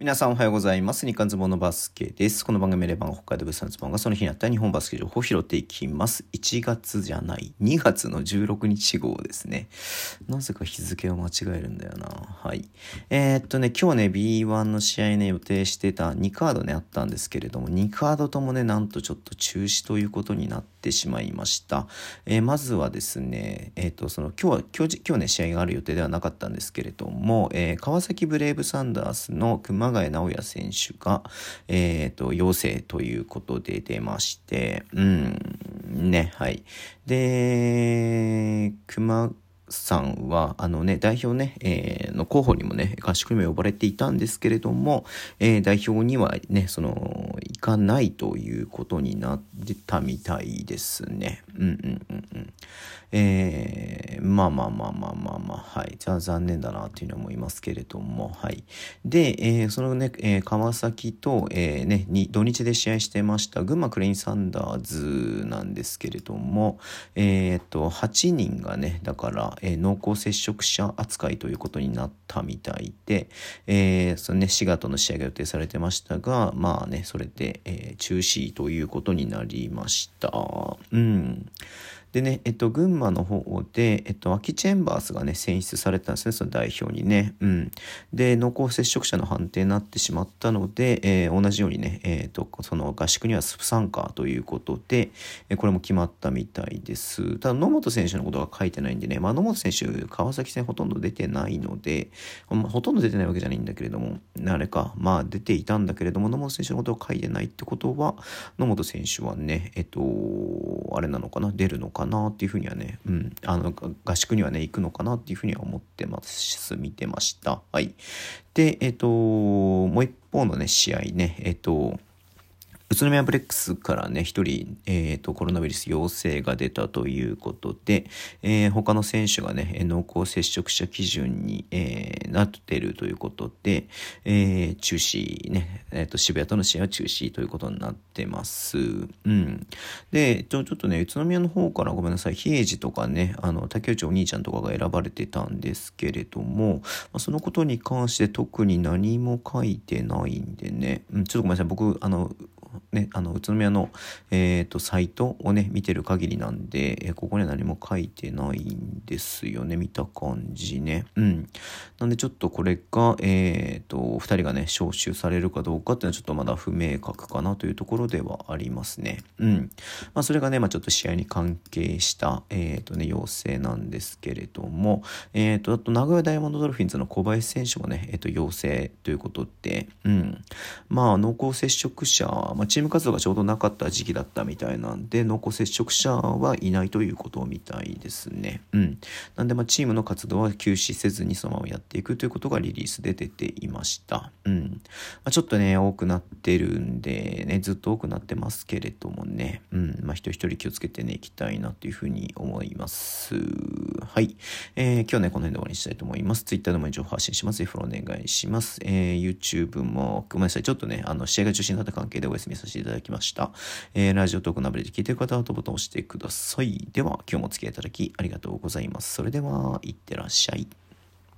皆さんおはようございます。日刊ズボンのバスケです。この番組レバン北海道物産ズボンがその日にあった日本バスケ情報を拾っていきます。2月の16日号ですね。なぜか日付を間違えるんだよな。はい。今日ね、B1 の試合ね、予定してた2カードね、あったんですけれども、2カードともね、なんとちょっと中止ということになってしまいました。まずはですね、今日ね、試合がある予定ではなかったんですけれども、川崎ブレイブサンダースの熊谷直也選手が、陽性ということで出まして、はい。で、熊さんは、代表ね、の候補にもね、合宿にも呼ばれていたんですけれども、代表にはね、行かないということになってたみたいですね。はい。じゃあ残念だなっていうのは思いますけれども、はい。で、そのね、川崎と、土日で試合してました群馬クレインサンダーズなんですけれども、8人がね、だから、濃厚接触者扱いということになったみたいで、4月の試合が予定されてましたが、まあね、それで、中止ということになりました。でね、群馬の方で、アキチェンバースがね、選出されたんですね、その代表にね。で、濃厚接触者の判定になってしまったので、同じようにね、その合宿には不参加ということで、これも決まったみたいです。ただ、野本選手のことが書いてないんでね、野本選手、川崎戦ほとんど出てないので、ほとんど出てないわけじゃないんだけれども、出ていたんだけれども、野本選手のことが書いてないってことは、野本選手はね、あれなのかな、出るのかなっていうふうにはね、合宿にはね、行くのかなっていうふうには思ってます、見てました。はい。で、もう一方のね、試合ね、宇都宮ブレックスからね、一人、コロナウイルス陽性が出たということで、他の選手がね、濃厚接触者基準に、なっているということで、中止ね、渋谷との試合は中止ということになってます。で、ちょっとね、宇都宮の方からごめんなさい、比江島とかね、竹内お兄ちゃんとかが選ばれてたんですけれども、そのことに関して特に何も書いてないんでね、ちょっとごめんなさい、僕、宇都宮の、サイトをね、見てる限りなんで、ここには何も書いてないんですよね、見た感じね。なんでちょっとこれが、2人がね、招集されるかどうかっていうのはちょっとまだ不明確かなというところではありますね。それがね、ちょっと試合に関係した、要請なんですけれども、あと、名古屋ダイヤモンドドルフィンズの小林選手もね、要請ということで、濃厚接触者、チーム活動がちょうどなかった時期だったみたいなんで、濃厚接触者はいないということみたいですね。なんで、チームの活動は休止せずにそのままやっていくということがリリースで出ていました。ちょっとね、多くなってるんで、ね、ずっと多くなってますけれどもね、一人一人気をつけてね、いきたいなというふうに思います。はい。今日ね、この辺で終わりにしたいと思います。Twitter でも情報発信します。ぜひフォローお願いします。YouTube も、ごめんなさい、ちょっとね、試合が中止になった関係でお休みさせていただきました。ラジオトークのアプリで聞いている方はボタンを押してください。では、今日もお付き合いいただきありがとうございます。それでは、いってらっしゃい。